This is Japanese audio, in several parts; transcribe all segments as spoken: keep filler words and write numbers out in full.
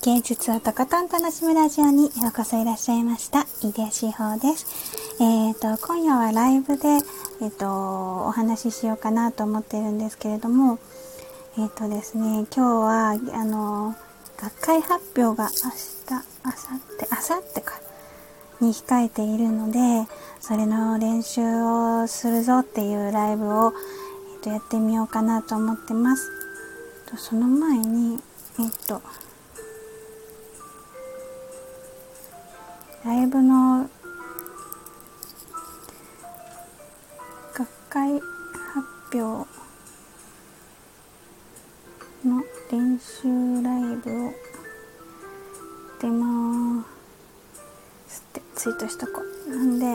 芸術をとことん楽しむラジオにようこそいらっしゃいました。井出志保です。えーと、今夜はライブで、えーと、お話ししようかなと思っているんですけれども、えーとですね、今日は、あの、学会発表が明日、明後日、明後日か、に控えているので、それの練習をするぞっていうライブを、えーと、やってみようかなと思ってます。その前に、えっと、ライブの学会発表の練習ライブを出ますってツイートしとこう。なんで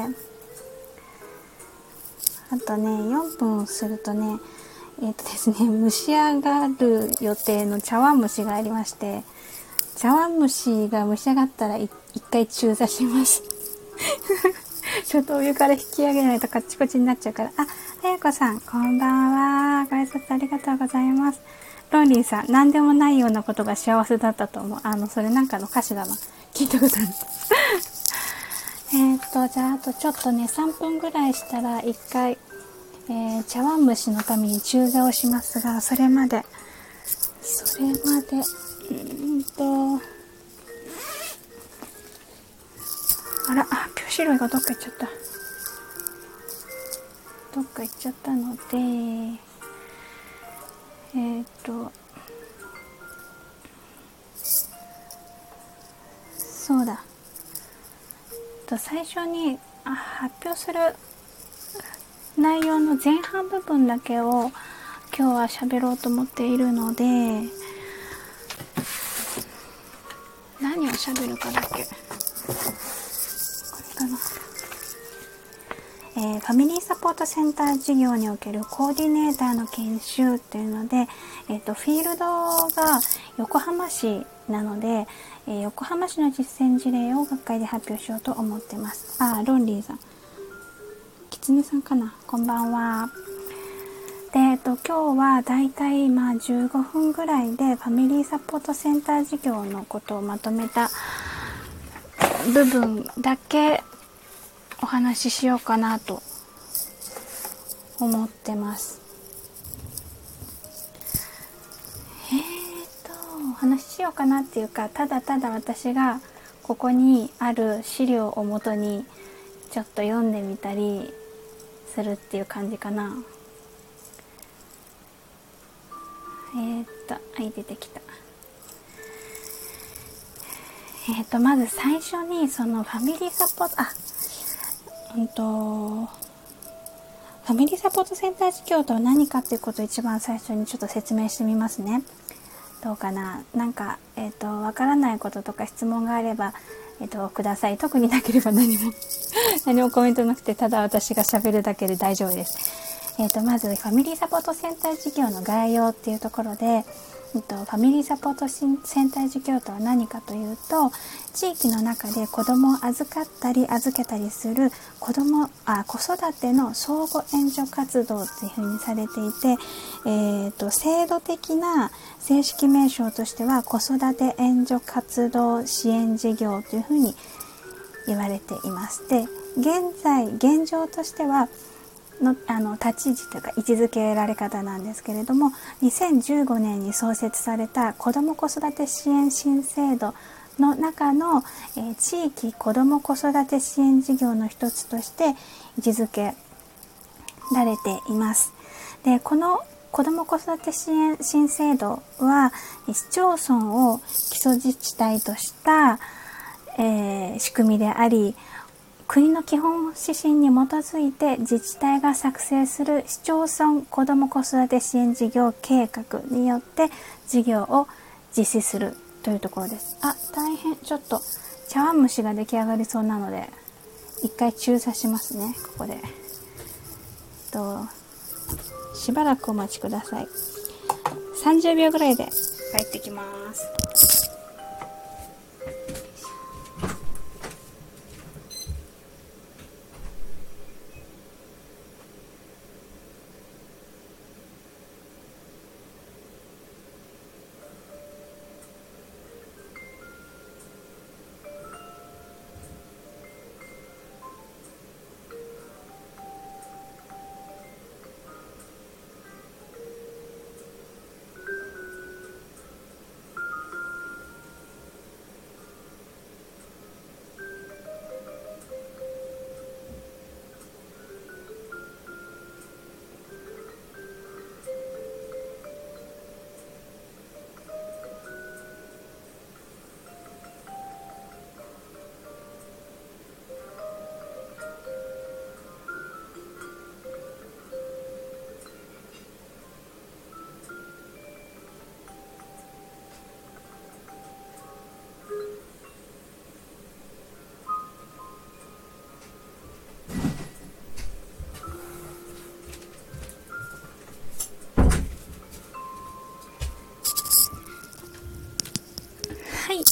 あとねよんぷんするとねえっとですね蒸し上がる予定の茶碗蒸しがありまして、茶碗蒸しが蒸し上がったら一回中座しますちょっとお湯から引き上げないとカッチコチになっちゃうから。あ、あやこさんこんばんは。ご挨拶ありがとうございます。ロンリーさん、何でもないようなことが幸せだったと思う。あのそれなんかの歌詞だな、聞いたことあるえっとじゃああとちょっとねさんぷんぐらいしたら一回、えー、茶碗蒸しのために中座をしますが、それまでそれまでうーんとあら、発表資料がどっか行っちゃった。どっか行っちゃったので、えーっと、そうだ。と最初にあ発表する内容の前半部分だけを今日は喋ろうと思っているので、何を喋るかだけ。これかな。えー、ファミリーサポートセンター事業におけるコーディネーターの研修っていうので、えーと、フィールドが横浜市なので、えー、横浜市の実践事例を学会で発表しようと思ってます。あ、ロンリーさん、キツネさんかな、こんばんは。で、えーと、今日はだいたいまあじゅうごふんぐらいでファミリーサポートセンター事業のことをまとめた部分だけお話ししようかなと思ってます。えーとお話ししようかなっていうか、ただただ私がここにある資料をもとにちょっと読んでみたりするっていう感じかな。えーとはい出てきた。えーとまず最初にそのファミリーサポートあうんとファミリーサポートセンター事業とは何かっていうことを一番最初にちょっと説明してみますね。どうかな。なんか、えっと、わからないこととか質問があれば、えっと、ください。特になければ何も、何もコメントなくて、ただ私が喋るだけで大丈夫です。えっと、まず、ファミリーサポートセンター事業の概要っていうところで、えっと、ファミリーサポートセンター事業とは何かというと、地域の中で子どもを預かったり預けたりする子どもあ子育ての相互援助活動っていうふうにされていて、えーと、制度的な正式名称としては子育て援助活動支援事業というふうに言われています。で、現在現状としてはのあの立ち位置というか位置づけられ方なんですけれども、にせんじゅうごねんに創設された子ども子育て支援新制度の中の、えー、地域子ども子育て支援事業の一つとして位置づけられています。で、この子ども子育て支援新制度は市町村を基礎自治体とした、えー、仕組みであり、国の基本指針に基づいて自治体が作成する市町村子ども子育て支援事業計画によって事業を実施するというところです。あ、大変、ちょっと茶碗蒸しが出来上がりそうなので一回中座しますね。ここでとしばらくお待ちください。さんじゅうびょうぐらいで帰ってきます。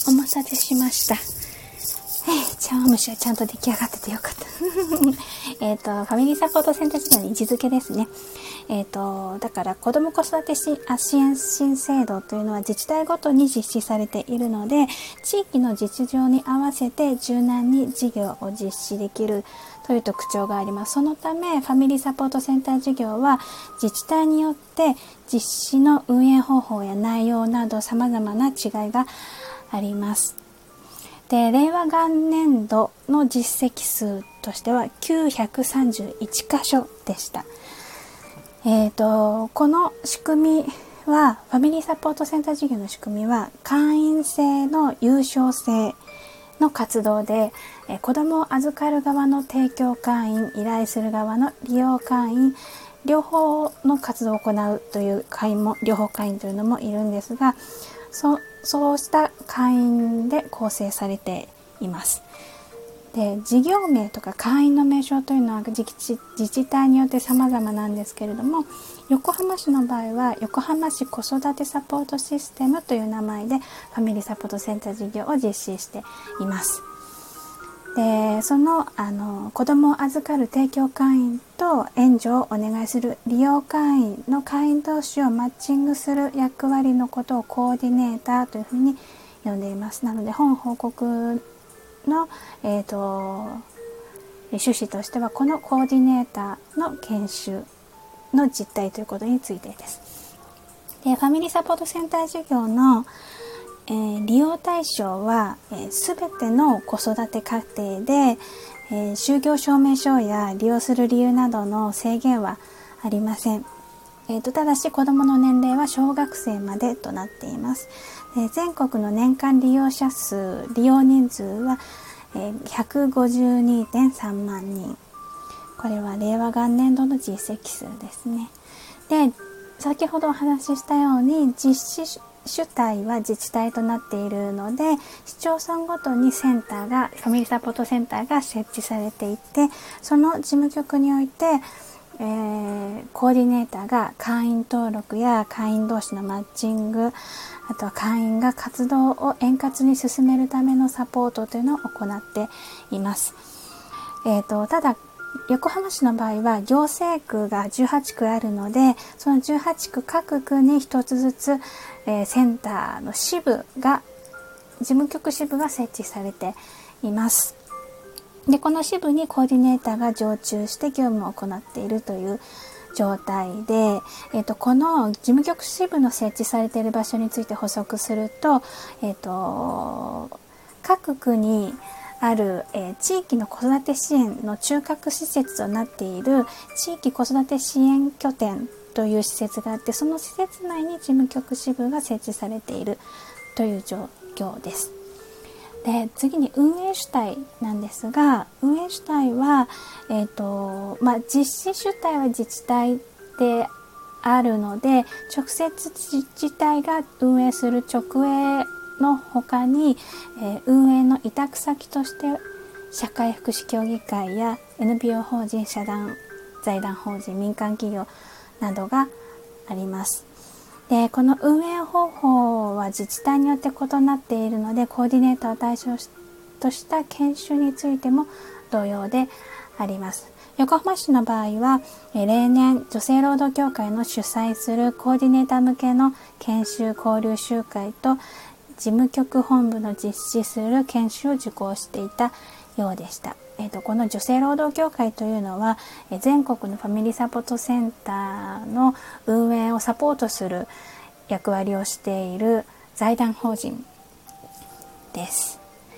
お待たせしました。茶碗蒸しはちゃんと出来上がっててよかった。えっと、ファミリーサポートセンター事業の位置づけですね。えっと、だから子ども子育て支援新制度というのは自治体ごとに実施されているので、地域の実情に合わせて柔軟に事業を実施できるという特徴があります。そのため、ファミリーサポートセンター事業は自治体によって実施の運営方法や内容など様々な違いがあります。で、令和元年度の実績数としてはきゅうひゃくさんじゅういち箇所でした。えーと、この仕組みは、ファミリーサポートセンター事業の仕組みは、会員制の有償制の活動で、えー、子どもを預かる側の提供会員、依頼する側の利用会員、両方の活動を行うという会員も、両方会員というのもいるんですが、そそうした会員で構成されています。で、事業名とか会員の名称というのは自治、自治体によって様々なんですけれども、横浜市の場合は横浜市子育てサポートシステムという名前でファミリーサポートセンター事業を実施しています。で、その、あの子どもを預かる提供会員と援助をお願いする利用会員の会員同士をマッチングする役割のことをコーディネーターというふうに呼んでいます。なので本報告の、えーと、趣旨としてはこのコーディネーターの研修の実態ということについてです。で、ファミリーサポートセンター事業のえー、利用対象はすべ、えー、ての子育て家庭で、えー、就業証明書や利用する理由などの制限はありません。えーと、ただし子どもの年齢は小学生までとなっています。えー、全国の年間利用者数、利用人数は、えー、ひゃくごじゅうにてんさんまんにん。これは令和元年度の実績数ですね。で、先ほどお話ししたように実施主体は自治体となっているので、市町村ごとにセンターが、ファミリーサポートセンターが設置されていて、その事務局において、えー、コーディネーターが会員登録や会員同士のマッチング、あとは会員が活動を円滑に進めるためのサポートというのを行っています。えーと、ただ、横浜市の場合は行政区がじゅうはちくあるので、そのじゅうはちく各区に一つずつ、えー、センターの支部が、事務局支部が設置されています。で、この支部にコーディネーターが常駐して業務を行っているという状態で、えっと、この事務局支部の設置されている場所について補足すると、えっと、各区にある、えー、地域の子育て支援の中核施設となっている地域子育て支援拠点という施設があって、その施設内に事務局支部が設置されているという状況です。で、次に運営主体なんですが、運営主体は、えーとまあ、実施主体は自治体であるので、直接自治体が運営する直営の他に、えー、運営の委託先として社会福祉協議会や エヌピーオー 法人、社団、財団法人、民間企業などがあります。で、この運営方法は自治体によって異なっているので、コーディネーターを対象とした研修についても同様であります。横浜市の場合は、え例年女性労働協会の主催するコーディネーター向けの研修交流集会と事務局本部の実施する研修を受講していたようでした。えーと、この女性労働協会というのは、え全国のファミリーサポートセンターの運営をサポートする役割をしている財団法人です。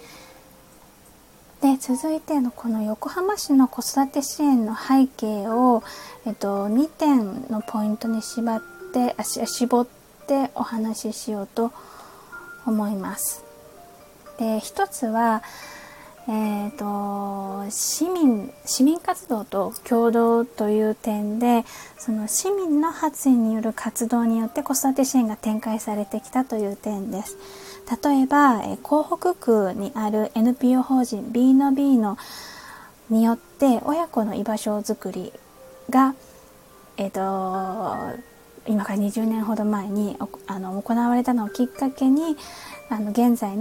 で、続いてのこの横浜市の子育て支援の背景を、えっと、にてんのポイントに絞ってあし絞ってお話ししようと思います。で、一つは、えーと、市民、市民活動と共同という点で、その市民の発意による活動によって子育て支援が展開されてきたという点です。例えば、え港北区にある エヌピーオー 法人 ビーのビーのによって親子の居場所づくりが、えーと、今からにじゅうねんほど前にあの行われたのをきっかけに、あの現在の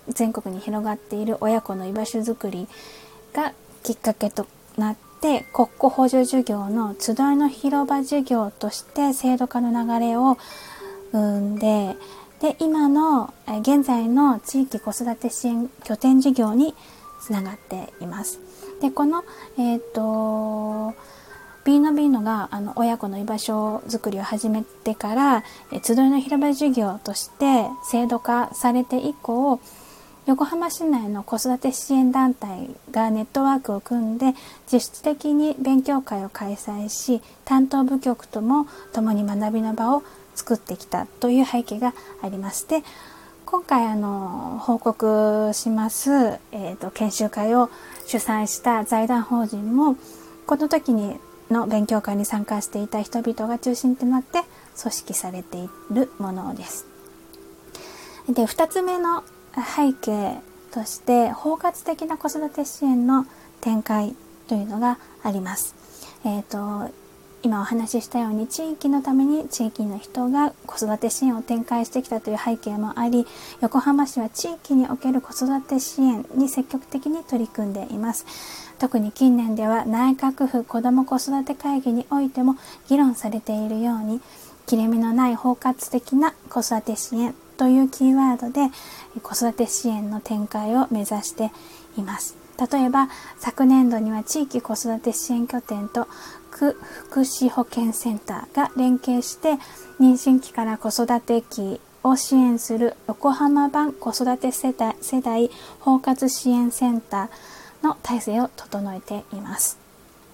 全国に広がっている親子の居場所づくりがきっかけとなって、国庫補助事業の集いの広場事業として制度化の流れを生んで、で今の現在の地域子育て支援拠点事業につながっています。でこの、えーとビーノビーノがあの親子の居場所づくりを始めてから、え集いの広場事業として制度化されて以降、横浜市内の子育て支援団体がネットワークを組んで実質的に勉強会を開催し、担当部局とも共に学びの場を作ってきたという背景がありまして、今回あの報告します、えーと、研修会を主催した財団法人もこの時にの勉強会に参加していた人々が中心となって組織されているものです。で、ふたつめの背景として包括的な子育て支援の展開というのがあります。えーと、今お話ししたように地域のために地域の人が子育て支援を展開してきたという背景もあり、横浜市は地域における子育て支援に積極的に取り組んでいます。特に近年では内閣府子ども子育て会議においても議論されているように、切れ目のない包括的な子育て支援というキーワードで子育て支援の展開を目指しています。例えば昨年度には地域子育て支援拠点と区福祉保健センターが連携して妊娠期から子育て期を支援する横浜版子育て世代、世代包括支援センターの体制を整えています。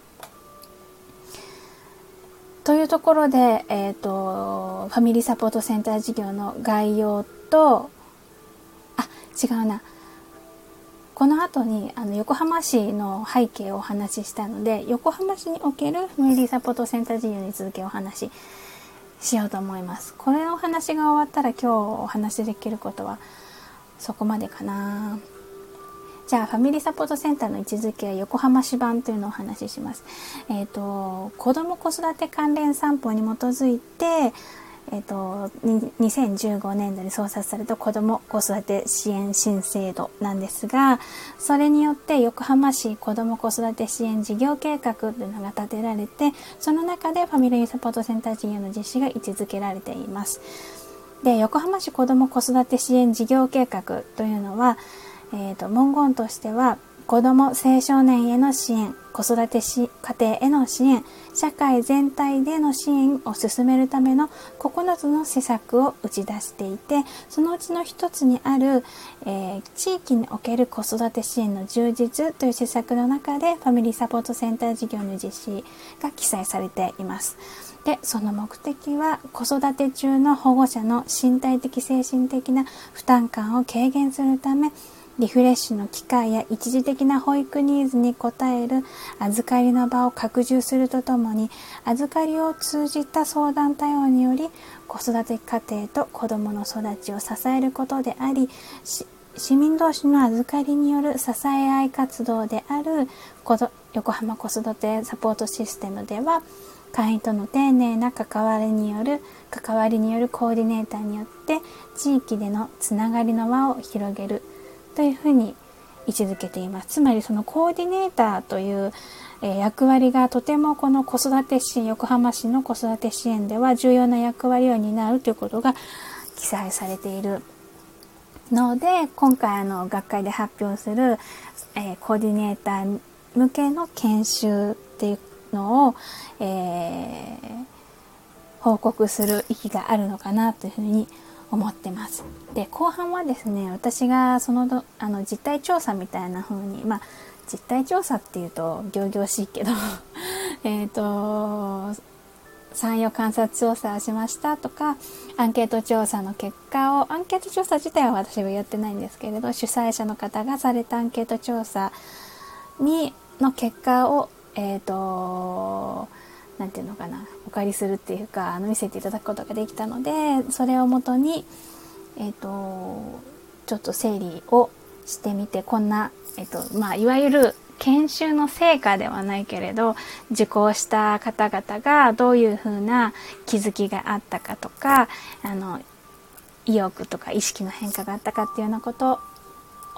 というところで、えーと、ファミリーサポートセンター事業の概要と、あ、違うな。この後にあの横浜市の背景をお話ししたので、横浜市におけるファミリーサポートセンター事業に続きお話ししようと思います。これのお話が終わったら今日お話しできることはそこまでかな。じゃあファミリーサポートセンターの位置づけは横浜市版というのをお話しします。えっと、子ども子育て関連三法に基づいて、えっと、にせんじゅうごねんどに創設された子ども子育て支援新制度なんですが、それによって横浜市子ども子育て支援事業計画というのが立てられて、その中でファミリーサポートセンター事業の実施が位置づけられています。で、横浜市子ども子育て支援事業計画というのは、えっと、文言としては、子ども青少年への支援、子育てし家庭への支援、社会全体での支援を進めるためのここのつの施策を打ち出していて、そのうちの一つにある、えー、地域における子育て支援の充実という施策の中でファミリーサポートセンター事業の実施が記載されています。で、その目的は子育て中の保護者の身体的精神的な負担感を軽減するため、リフレッシュの機会や一時的な保育ニーズに応える預かりの場を拡充するとともに、預かりを通じた相談対応により子育て家庭と子どもの育ちを支えることであり、市民同士の預かりによる支え合い活動である横浜子育てサポートシステムでは、会員との丁寧な関わりによる関わりによるコーディネーターによって地域でのつながりの輪を広げるというふうに位置づけています。つまりそのコーディネーターという、えー、役割がとてもこの子育て支援、横浜市の子育て支援では重要な役割を担うということが記載されているので、今回あの学会で発表する、えー、コーディネーター向けの研修っていうのを、えー、報告する意義があるのかなというふうに思ってます。で、後半はですね、私がそのあの実態調査みたいな風に、まあ実態調査っていうと仰々しいけどえっと産業観察調査をしましたとか、アンケート調査の結果を、アンケート調査自体は私はやってないんですけれど、主催者の方がされたアンケート調査にの結果をえっとなんていうのかな、お借りするっていうか、あの見せていただくことができたので、それをもとに、えっと、ちょっと整理をしてみて、こんな、えっと、まあ、いわゆる研修の成果ではないけれど、受講した方々がどういうふうな気づきがあったかとか、あの、意欲とか意識の変化があったかっていうようなこと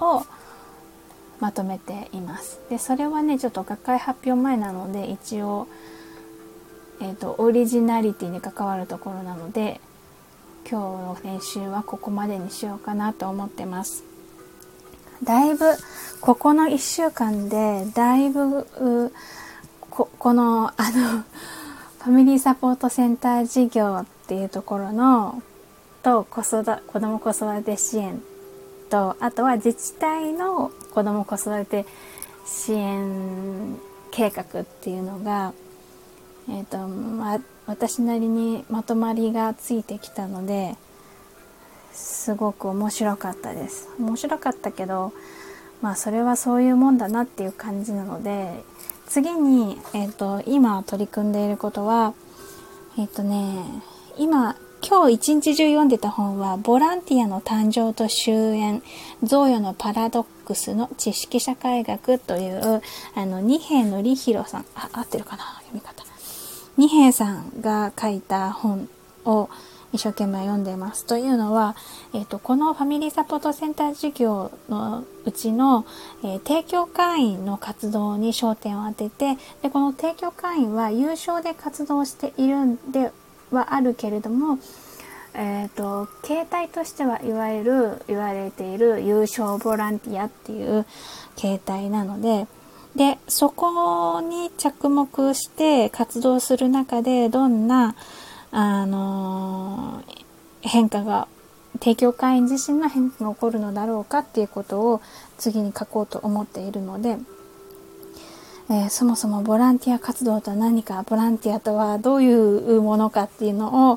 をまとめています。でそれはねちょっと学会発表前なので一応、えーと、オリジナリティに関わるところなので今日の練習はここまでにしようかなと思ってます。だいぶここのいっしゅうかんでだいぶこ, このあのファミリーサポートセンター事業っていうところのと子育子ども子育て支援とあとは自治体の子ども子育て支援計画っていうのが、えーとま、私なりにまとまりがついてきたのですごく面白かったです。面白かったけどまあそれはそういうもんだなっていう感じなので次に、えーと、今取り組んでいることはえっ、ー、とね今今日一日中読んでた本はボランティアの誕生と終焉贈与のパラドックスの知識社会学というあの二瓶典弘さんあ合ってるかな読み方二瓶さんが書いた本を一生懸命読んでいます。というのは、えーと、このファミリーサポートセンター事業のうちの、えー、提供会員の活動に焦点を当ててでこの提供会員は有償で活動しているんではあるけれども、えーと、形態としてはいわゆる言われている有償ボランティアっていう形態なのででそこに着目して活動する中でどんなあのー、変化が提供会員自身の変化が起こるのだろうかっていうことを次に書こうと思っているので、えー、そもそもボランティア活動とは何かボランティアとはどういうものかっていうのを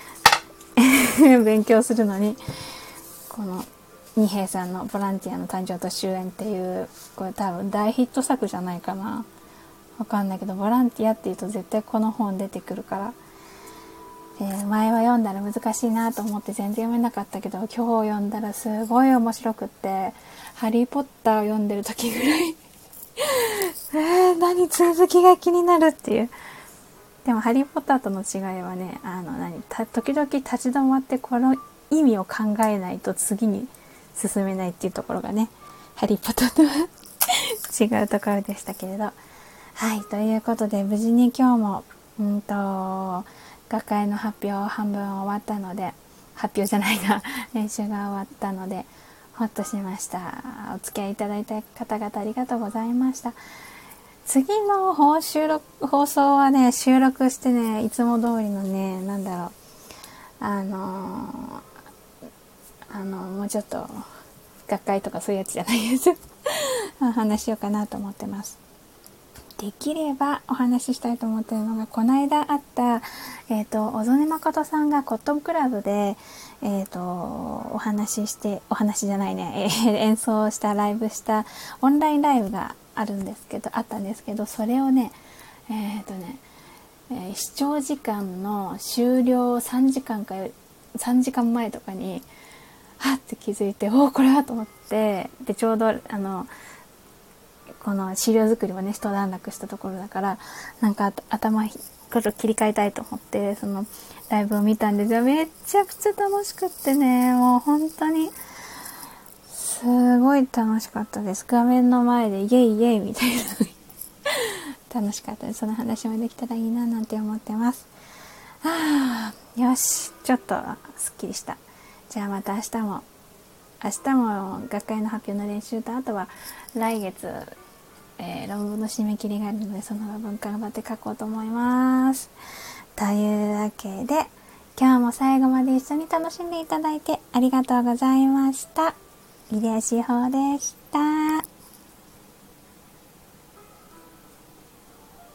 勉強するのにこの二瓶さんのボランティアの誕生と終焉っていうこれ多分大ヒット作じゃないかなわかんないけどボランティアっていうと絶対この本出てくるからで前は読んだら難しいなと思って全然読めなかったけど今日読んだらすごい面白くってハリーポッターを読んでる時ぐらいえー、何続きが気になるっていうでもハリーポッターとの違いはねあの何た時々立ち止まってこの意味を考えないと次に進めないっていうところがねハリーポッターとは違うところでしたけれどはいということで無事に今日もうんと学会の発表半分終わったので発表じゃないな練習が終わったのでほっとしました。お付き合いいただいた方々ありがとうございました。次の放収録放送はね収録してねいつも通りのねなんだろうあのー、あのもうちょっと学会とかそういうやつじゃないやつ話しようかなと思ってます。できればお話ししたいと思っているのがこの間あった、えーと、小曽根誠さんがコットンクラブで、えーと、お話ししてお話じゃないね、えー、演奏したライブしたオンラインライブがあるんですけどあったんですけどそれをねえっとね、えー、視聴時間の終了さんじかんかさんじかんまえとかにはって気づいておーこれはと思ってでちょうどあのこの資料作りをね一段落したところだからなんか頭これを切り替えたいと思ってそのライブを見たんですよ。めっちゃくちゃ楽しくってねもう本当にすごい楽しかったです。画面の前でイエイイエイみたいな楽しかったです。その話もできたらいいななんて思ってます。あーよしちょっとすっきりした。じゃあまた明日も明日も学会の発表の練習とあとは来月えー、論文の締め切りがあるのでその論文頑張って書こうと思います。というわけで今日も最後まで一緒に楽しんでいただいてありがとうございました。井出志保でした。